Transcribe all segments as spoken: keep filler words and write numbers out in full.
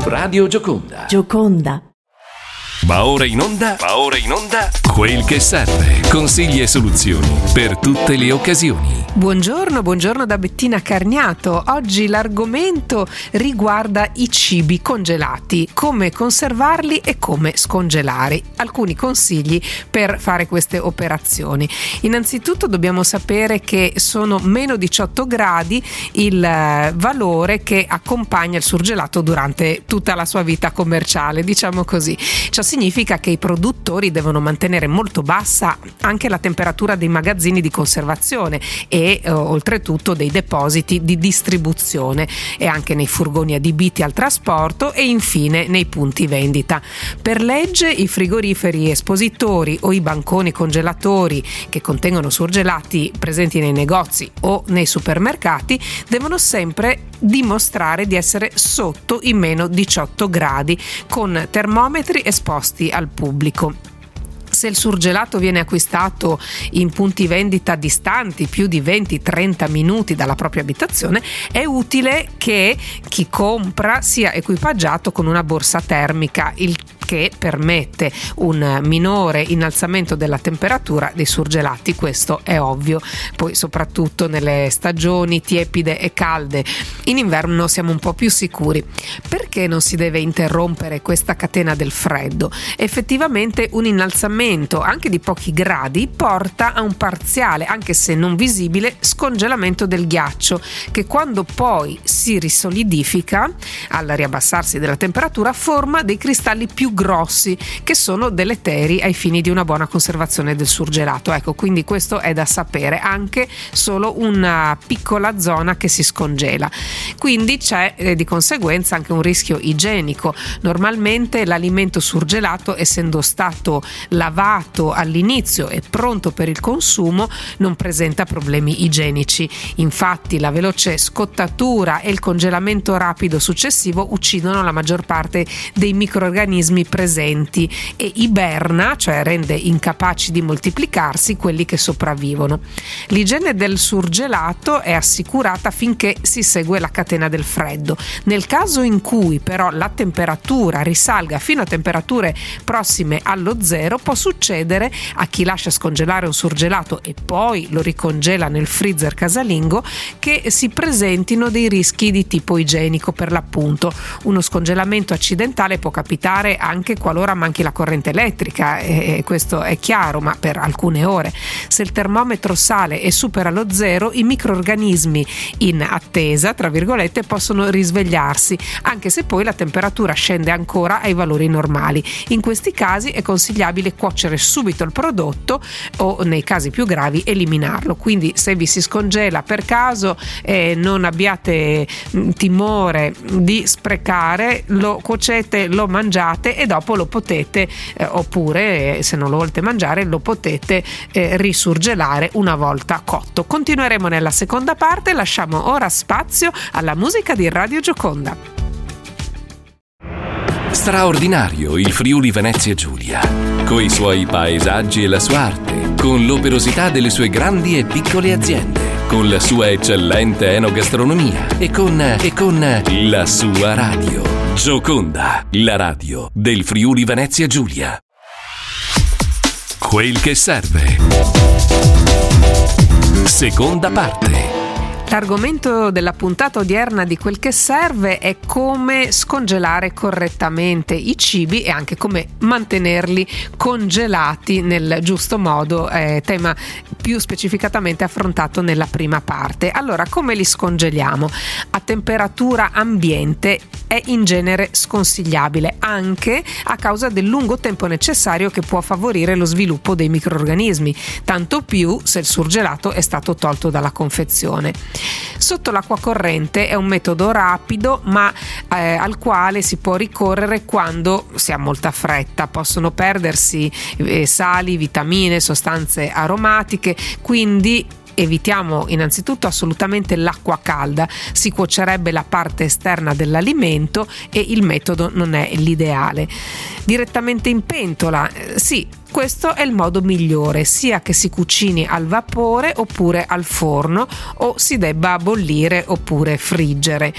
Radio Gioconda. Gioconda. Va ora in onda, va ora in onda Quel che serve. Consigli e soluzioni per tutte le occasioni. Buongiorno, buongiorno da Bettina Carniato. Oggi l'argomento riguarda i cibi congelati, come conservarli e come scongelare. Alcuni consigli per fare queste operazioni. Innanzitutto dobbiamo sapere che sono meno diciotto gradi il valore che accompagna il surgelato durante tutta la sua vita commerciale, diciamo così. Ciò significa che i produttori devono mantenere molto bassa anche la temperatura dei magazzini di conservazione e eh, oltretutto dei depositi di distribuzione e anche nei furgoni adibiti al trasporto e infine nei punti vendita. Per legge i frigoriferi espositori o i banconi congelatori che contengono surgelati presenti nei negozi o nei supermercati devono sempre dimostrare di essere sotto i meno diciotto gradi con termometri esposti al pubblico. Se il surgelato viene acquistato in punti vendita distanti più di venti trenta minuti dalla propria abitazione, è utile che chi compra sia equipaggiato con una borsa termica, il che permette un minore innalzamento della temperatura dei surgelati, questo è ovvio. Poi soprattutto nelle stagioni tiepide e calde, in inverno siamo un po' più sicuri. Perché non si deve interrompere questa catena del freddo? Effettivamente un innalzamento anche di pochi gradi porta a un parziale, anche se non visibile, scongelamento del ghiaccio, che quando poi si risolidifica al riabbassarsi della temperatura forma dei cristalli più grossi che sono deleteri ai fini di una buona conservazione del surgelato. Ecco, quindi questo è da sapere, anche solo una piccola zona che si scongela. Quindi c'è eh, di conseguenza anche un rischio igienico. Normalmente l'alimento surgelato, essendo stato lavato all'inizio e pronto per il consumo, non presenta problemi igienici. Infatti la veloce scottatura e il congelamento rapido successivo uccidono la maggior parte dei microrganismi presenti e iberna, cioè rende incapaci di moltiplicarsi quelli che sopravvivono. L'igiene del surgelato è assicurata finché si segue la catena del freddo. Nel caso in cui però la temperatura risalga fino a temperature prossime allo zero, può succedere a chi lascia scongelare un surgelato e poi lo ricongela nel freezer casalingo che si presentino dei rischi di tipo igienico. Per l'appunto, uno scongelamento accidentale può capitare anche qualora manchi la corrente elettrica, e questo è chiaro, ma per alcune ore. Se il termometro sale e supera lo zero, i microrganismi in attesa, tra virgolette, possono risvegliarsi, anche se poi la temperatura scende ancora ai valori normali. In questi casi è consigliabile cuocere subito il prodotto o, nei casi più gravi, eliminarlo. Quindi se vi si scongela per caso, eh, non abbiate timore di sprecare, lo cuocete, lo mangiate e dopo lo potete, eh, oppure se non lo volete mangiare, lo potete eh, risurgelare una volta cotto. Continueremo nella seconda parte, lasciamo ora spazio alla musica di Radio Gioconda. Straordinario il Friuli Venezia Giulia, coi suoi paesaggi e la sua arte, con l'operosità delle sue grandi e piccole aziende, con la sua eccellente enogastronomia e con, e con la sua radio. Gioconda, la radio del Friuli Venezia Giulia. Quel che serve. Seconda parte. L'argomento della puntata odierna di Quel che serve è come scongelare correttamente i cibi e anche come mantenerli congelati nel giusto modo, eh, tema più specificatamente affrontato nella prima parte. Allora, come li scongeliamo? A temperatura ambiente è in genere sconsigliabile, anche a causa del lungo tempo necessario che può favorire lo sviluppo dei microrganismi, tanto più se il surgelato è stato tolto dalla confezione. Sotto l'acqua corrente è un metodo rapido, ma eh, al quale si può ricorrere quando si ha molta fretta. Possono perdersi eh, sali, vitamine, sostanze aromatiche, quindi evitiamo innanzitutto assolutamente l'acqua calda, si cuocerebbe la parte esterna dell'alimento e il metodo non è l'ideale. Direttamente in pentola, eh, sì, Questo è il modo migliore, sia che si cucini al vapore oppure al forno o si debba bollire oppure friggere.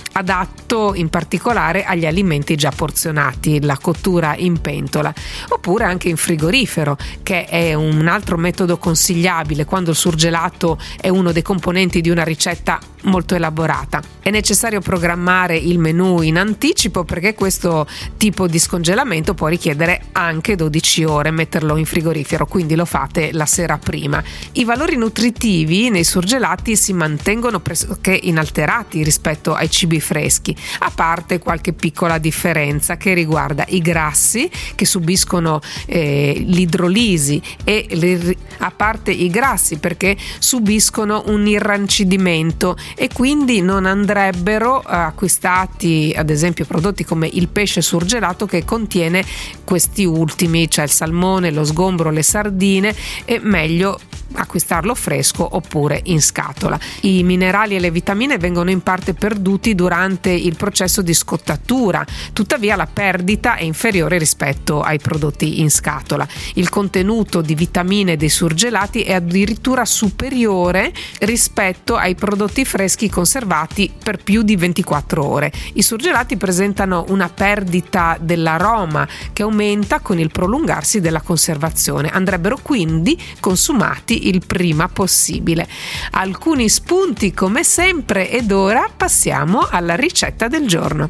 Adatto in particolare agli alimenti già porzionati, la cottura in pentola, oppure anche in frigorifero, che è un altro metodo consigliabile quando il surgelato è uno dei componenti di una ricetta molto elaborata. È necessario programmare il menù in anticipo, perché questo tipo di scongelamento può richiedere anche dodici ore metterlo in frigorifero, quindi lo fate la sera prima. I valori nutritivi nei surgelati si mantengono pressoché inalterati rispetto ai cibi freschi, a parte qualche piccola differenza che riguarda i grassi che subiscono eh, l'idrolisi e le, a parte i grassi perché subiscono un irrancidimento e quindi non andrebbero acquistati, ad esempio prodotti come il pesce surgelato che contiene questi ultimi, cioè il salmone, lo sgombro, le sardine. È meglio acquistarlo fresco oppure in scatola. I minerali e le vitamine vengono in parte perduti durante il processo di scottatura, tuttavia la perdita è inferiore rispetto ai prodotti in scatola. Il contenuto di vitamine dei surgelati è addirittura superiore rispetto ai prodotti freschi conservati per più di ventiquattro ore. I surgelati presentano una perdita dell'aroma che aumenta con il prolungarsi della conservazione. Andrebbero quindi consumati il prima possibile. Alcuni spunti come sempre, ed ora passiamo alla ricetta del giorno.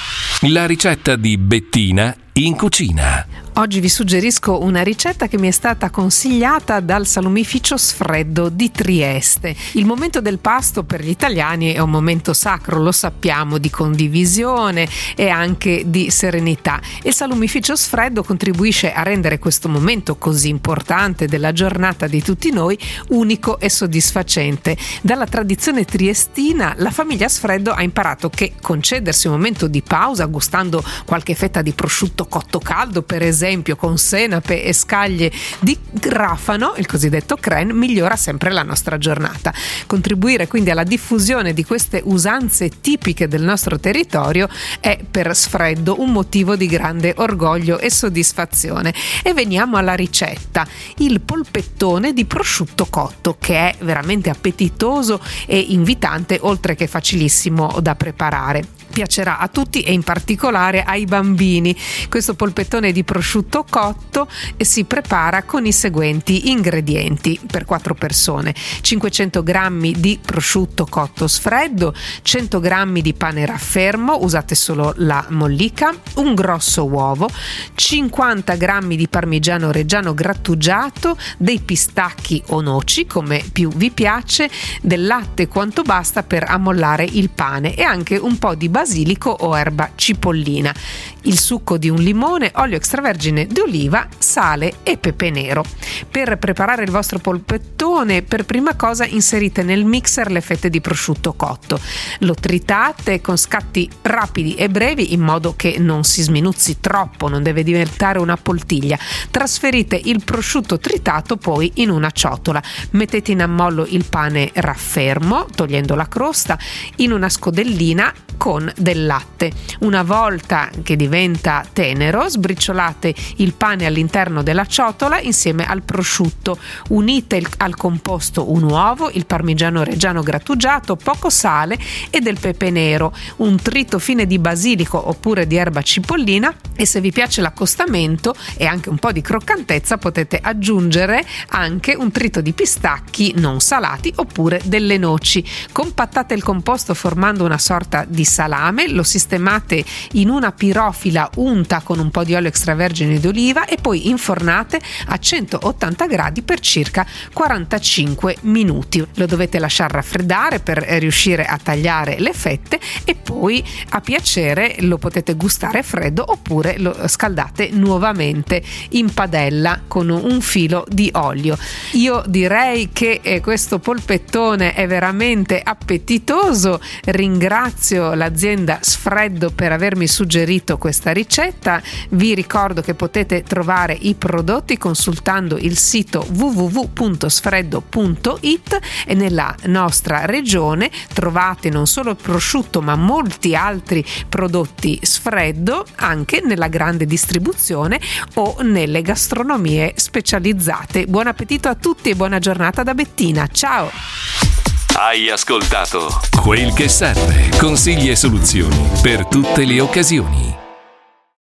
La ricetta di Bettina in cucina. Oggi vi suggerisco una ricetta che mi è stata consigliata dal salumificio Sfreddo di Trieste. Il momento del pasto per gli italiani è un momento sacro, lo sappiamo, di condivisione e anche di serenità. Il salumificio Sfreddo contribuisce a rendere questo momento così importante della giornata di tutti noi unico e soddisfacente. Dalla tradizione triestina, la famiglia Sfreddo ha imparato che concedersi un momento di pausa gustando qualche fetta di prosciutto cotto caldo, per esempio, con senape e scaglie di grafano, il cosiddetto crème, migliora sempre la nostra giornata. Contribuire quindi alla diffusione di queste usanze tipiche del nostro territorio è per Sfreddo un motivo di grande orgoglio e soddisfazione. E veniamo alla ricetta: il polpettone di prosciutto cotto, che è veramente appetitoso e invitante, oltre che facilissimo da preparare. Piacerà a tutti e in particolare ai bambini. Questo polpettone di prosciutto cotto si prepara con i seguenti ingredienti per quattro persone: cinquecento grammi di prosciutto cotto Sfreddo, cento grammi di pane raffermo, usate solo la mollica, un grosso uovo, cinquanta grammi di parmigiano reggiano grattugiato, dei pistacchi o noci come più vi piace, del latte quanto basta per ammollare il pane e anche un po' di basilico o erba cipollina, il succo di un limone, olio extravergine di oliva, sale e pepe nero. Per preparare il vostro polpettone, per prima cosa inserite nel mixer le fette di prosciutto cotto, lo tritate con scatti rapidi e brevi in modo che non si sminuzzi troppo, non deve diventare una poltiglia. Trasferite il prosciutto tritato poi in una ciotola, mettete in ammollo il pane raffermo togliendo la crosta in una scodellina con del latte. Una volta che diventa tenero, sbriciolate il pane all'interno della ciotola insieme al prosciutto, unite il, al composto un uovo, il parmigiano reggiano grattugiato, poco sale e del pepe nero, un trito fine di basilico oppure di erba cipollina, e se vi piace l'accostamento e anche un po' di croccantezza potete aggiungere anche un trito di pistacchi non salati oppure delle noci. Compattate il composto formando una sorta di salame, lo sistemate in una pirofila unta con un po' di olio extravergine d'oliva e poi infornate a centottanta gradi per circa quarantacinque minuti. Lo dovete lasciare raffreddare per riuscire a tagliare le fette e poi a piacere lo potete gustare freddo oppure lo scaldate nuovamente in padella con un filo di olio. Io direi che questo polpettone è veramente appetitoso. Ringrazio l'azienda Sfreddo per avermi suggerito questa ricetta. Vi ricordo che potete trovare i prodotti consultando il sito w w w punto sfreddo punto i t e nella nostra regione trovate non solo il prosciutto ma molti altri prodotti Sfreddo anche nella grande distribuzione o nelle gastronomie specializzate. Buon appetito a tutti e buona giornata da Bettina. Ciao! Hai ascoltato Quel che serve, consigli e soluzioni per tutte le occasioni.